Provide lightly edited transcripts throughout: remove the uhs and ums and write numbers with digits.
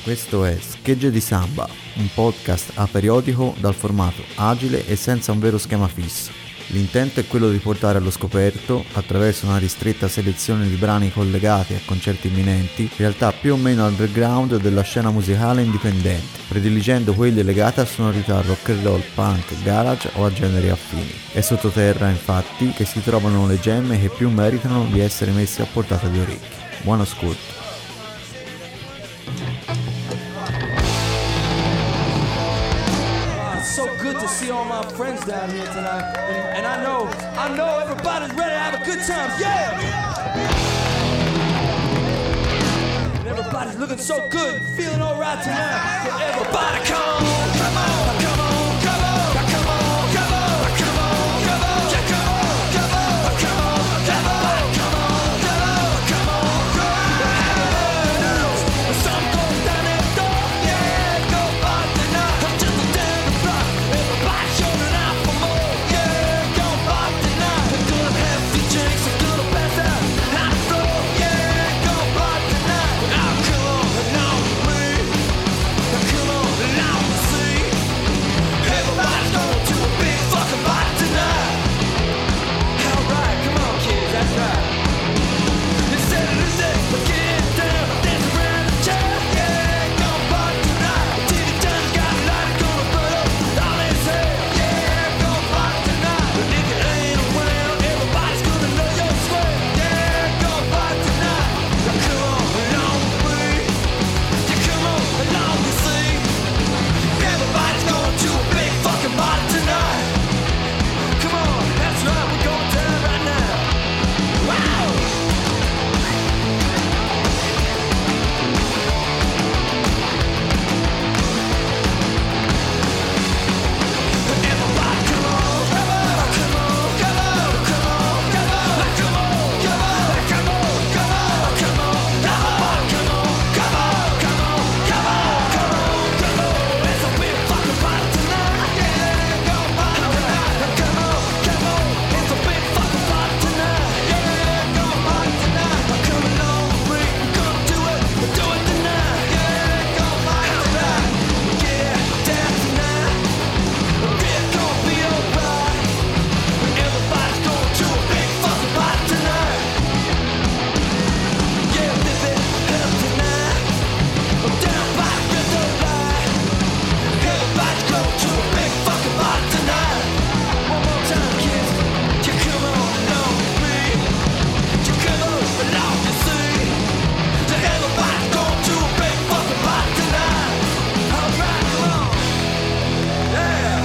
Questo è Schegge di Samba, un podcast aperiodico dal formato agile e senza un vero schema fisso. L'intento è quello di portare allo scoperto, attraverso una ristretta selezione di brani collegati a concerti imminenti, realtà più o meno underground della scena musicale indipendente, prediligendo quelle legate a sonorità rock and roll, punk, garage o a generi affini. È sottoterra, infatti, che si trovano le gemme che più meritano di essere messe a portata di orecchie. Buon ascolto. So good to see all my friends down here tonight, and I know everybody's ready to have a good time, yeah! And everybody's looking so good, feeling alright tonight, so everybody come on, come on, come on, come on, come on, come on, come on, come on, yeah, come on, come on, come on, come on, come on, come on, come on, some go down that door, yeah, go by tonight, I'm just a down the block, everybody showing out for more, yeah, go by tonight, we're gonna have a few drinks, we're gonna pass out, on the floor, yeah, go by tonight, now come on, now me, come on, now see, everybody's going to a big fucking party tonight, alright, come on kids, that's right. Instead of this, but get down, dance around the chair, yeah, go party tonight. Till the time's got light, gonna burn up all his hair, yeah, go party tonight. But if you ain't around, everybody's gonna know your swear, yeah, go party tonight. Now come on along with me, yeah, come on along and see. Everybody's going to a big fucking party tonight. Come on, that's right, we're going down right now. Wow! Everybody come on, come on, come on, come on, come on, come on, come on, come on, come on, come on, come on, come on, come on, come on, come on, come on, come on. It's a big fucking party tonight, yeah, go party tonight. Come on, come on, it's a big fucking party tonight, yeah, go party tonight. Come along with me, we're gonna do it tonight, yeah, go party tonight. Yeah, dance tonight. It's gonna be alright. Everybody's going to a big fucking party tonight. Yeah, live it up tonight. Down by the red light. Everybody's going to a big fucking party tonight. One more time, kids. You come on along with me. You come on along and see. Everybody's going to a big fucking party tonight. Alright, come on. Yeah.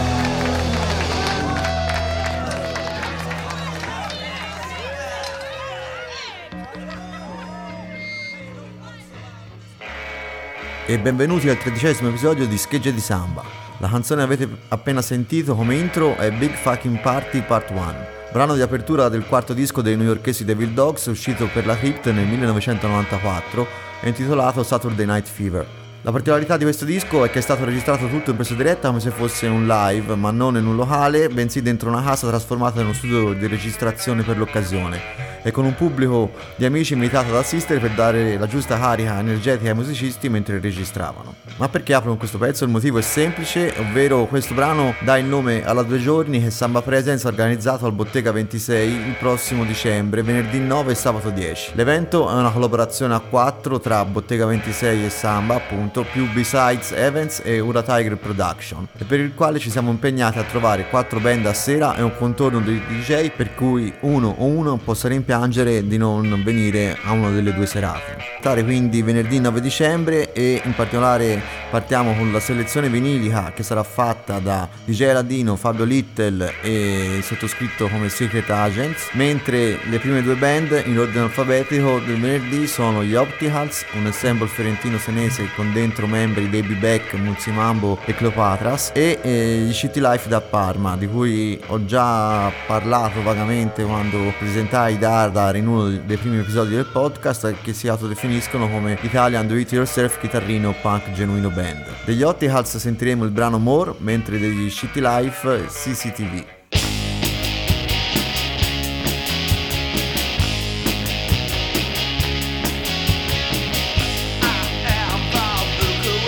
E benvenuti al 13° episodio di Schegge di Samba. La canzone che avete appena sentito come intro è Big Fucking Party Part 1, brano di apertura del quarto disco dei newyorkesi Devil Dogs, uscito per la Crypt nel 1994 e intitolato Saturday Night Fever. La particolarità di questo disco è che è stato registrato tutto in presa diretta come se fosse un live, ma non in un locale, bensì dentro una casa trasformata in uno studio di registrazione per l'occasione, e con un pubblico di amici invitato ad assistere per dare la giusta carica energetica ai musicisti mentre registravano. Ma perché apro con questo pezzo? Il motivo è semplice, ovvero questo brano dà il nome alla 2 giorni che Samba Presence ha organizzato al Bottega 26 il prossimo dicembre, venerdì 9 e sabato 10. L'evento è una collaborazione a 4 tra Bottega 26 e Samba, appunto, più Besides Events e Ura Tiger Production, e per il quale ci siamo impegnati a trovare 4 band a sera e un contorno di DJ per cui uno possa rimpiangere di non venire a una delle 2 serate. Stare quindi venerdì 9 dicembre e in particolare partiamo con la selezione vinilica che sarà fatta da DJ Aladino, Fabio Little e sottoscritto come Secret Agents, mentre le prime 2 band in ordine alfabetico del venerdì sono gli Opticals, un ensemble fiorentino senese con dentro membri Baby Beck, Mulzimambo e Cleopatras, e gli City Life da Parma, di cui ho già parlato vagamente quando presentai Dardar in uno dei primi episodi del podcast, che si autodefiniscono come Italian Do It Yourself chitarrino punk genuino band. Degli Opticals sentiremo il brano More, mentre degli City Life CCTV. I am Bob Bucco.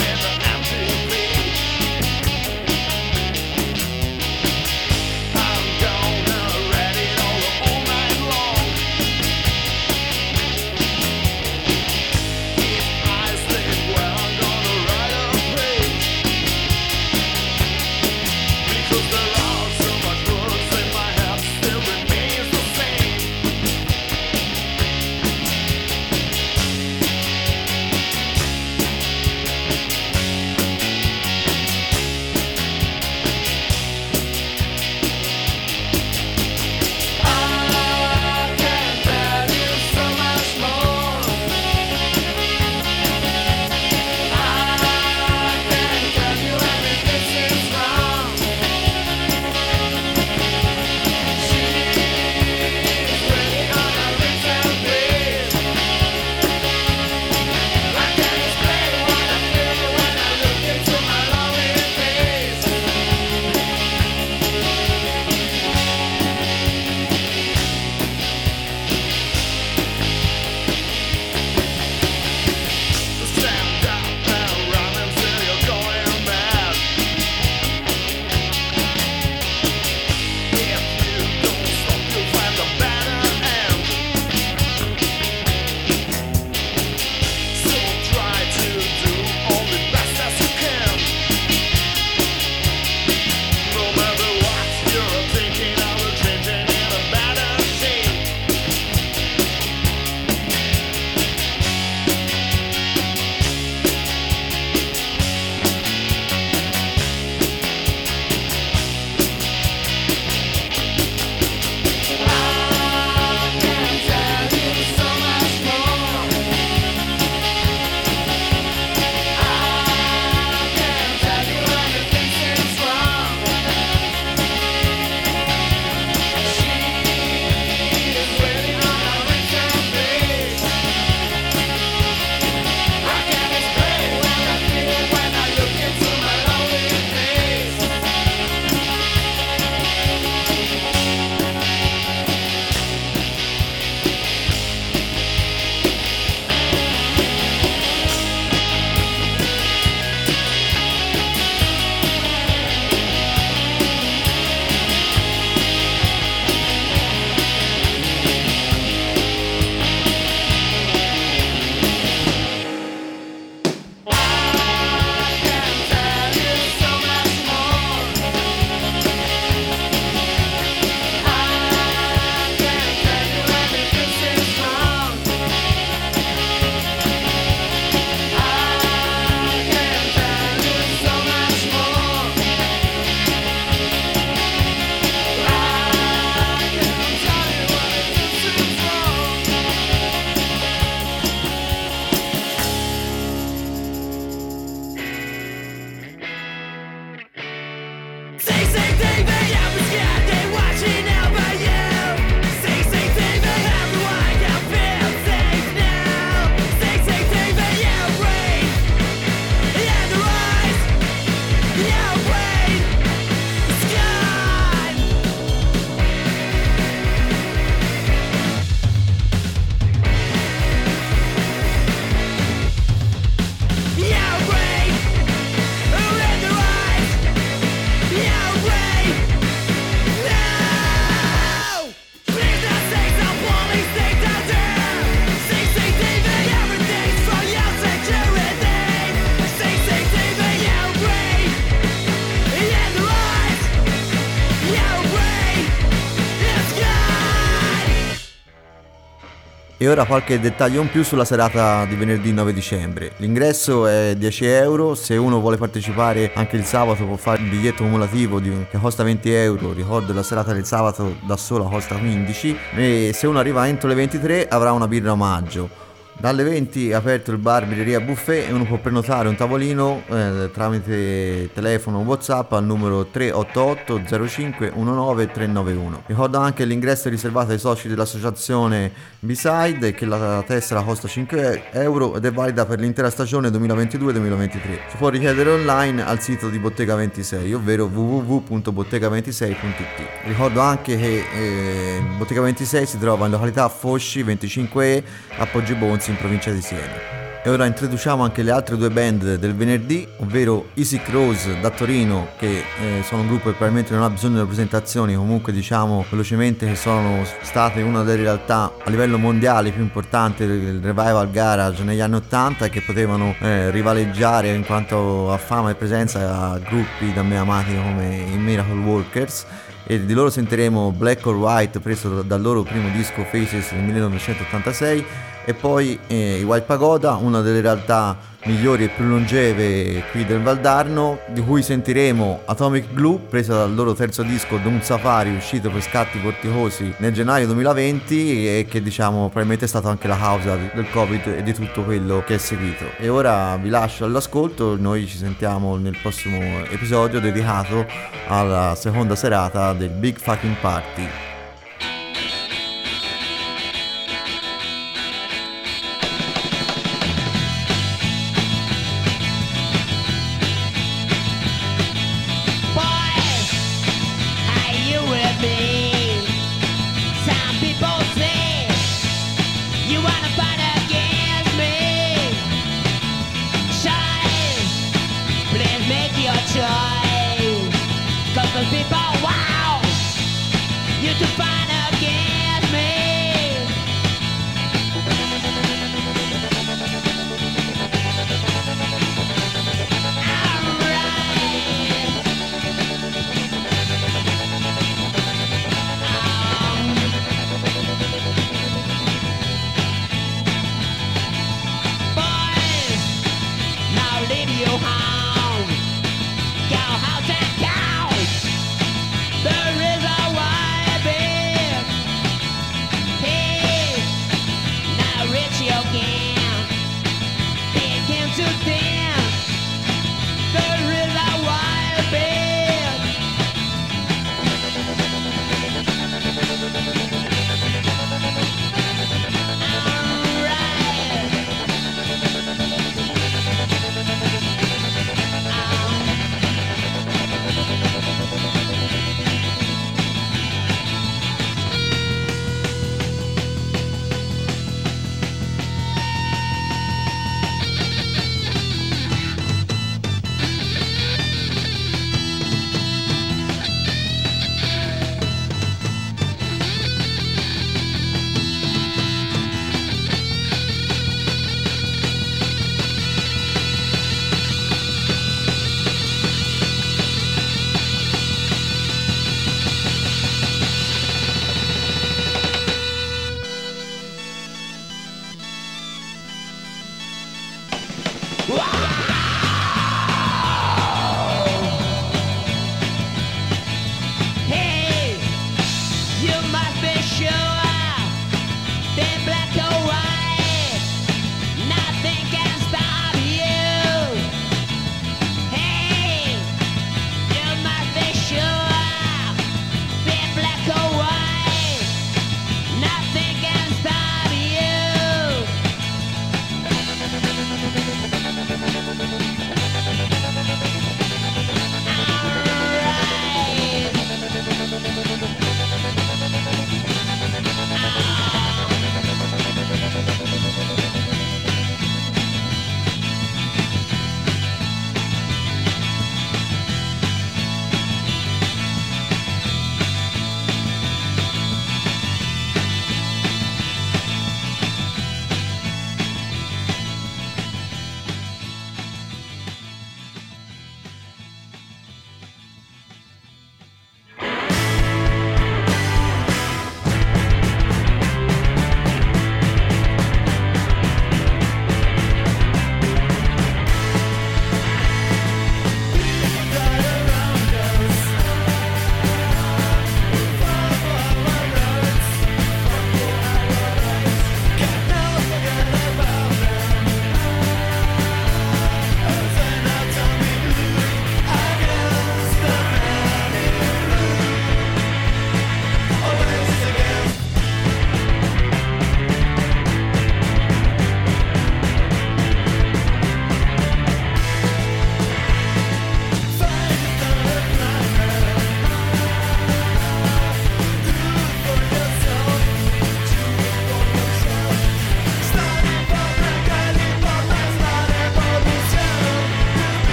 E ora qualche dettaglio in più sulla serata di venerdì 9 dicembre. L'ingresso è 10 euro, se uno vuole partecipare anche il sabato può fare il biglietto cumulativo che costa 20 euro, ricordo la serata del sabato da sola costa 15, e se uno arriva entro le 23 avrà una birra omaggio. Dalle 20 è aperto il bar birreria buffet e uno può prenotare un tavolino tramite telefono o WhatsApp al numero 388 05 19 391. Ricordo anche l'ingresso è riservato ai soci dell'associazione B-Side e che la tessera costa 5 euro ed è valida per l'intera stagione 2022-2023. Si può richiedere online al sito di Bottega 26, ovvero www.bottega26.it. Ricordo anche che Bottega 26 si trova in località Fosci 25E a Poggibonsi in provincia di Siena. E ora introduciamo anche le altre due band del venerdì, ovvero Easy Crows da Torino, che sono un gruppo che probabilmente non ha bisogno di presentazioni, comunque diciamo velocemente che sono state una delle realtà a livello mondiale più importanti del revival garage negli anni 80 e che potevano rivaleggiare in quanto a fama e presenza a gruppi da me amati come i Miracle Workers. E di loro sentiremo Black or White, preso dal loro primo disco Faces nel 1986, e poi i White Pagoda, una delle realtà migliori e più longeve qui del Valdarno, di cui sentiremo Atomic Glue, presa dal loro terzo disco Doom Safari, uscito per scatti vorticosi nel gennaio 2020 e che diciamo probabilmente è stata anche la causa del Covid e di tutto quello che è seguito. E ora vi lascio all'ascolto, noi ci sentiamo nel prossimo episodio dedicato alla seconda serata del Big Fucking Party.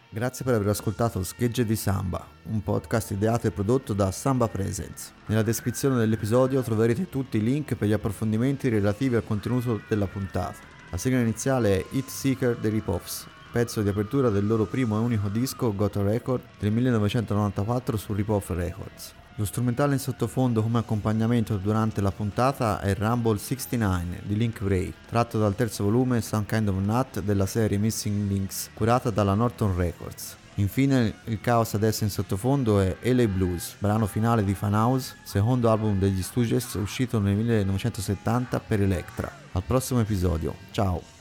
Grazie per aver ascoltato Schegge di Samba, un podcast ideato e prodotto da Samba Presents. Nella descrizione dell'episodio troverete tutti i link per gli approfondimenti relativi al contenuto della puntata. La sigla iniziale è Hit Seeker dei Ripoffs, pezzo di apertura del loro primo e unico disco Got a Record del 1994 su Ripoff Records. Lo strumentale in sottofondo come accompagnamento durante la puntata è Rumble 69 di Link Wray, tratto dal terzo volume Some Kind of Nut della serie Missing Links, curata dalla Norton Records. Infine il caos adesso in sottofondo è LA Blues, brano finale di Fan House, secondo album degli Stooges uscito nel 1970 per Elektra. Al prossimo episodio, ciao!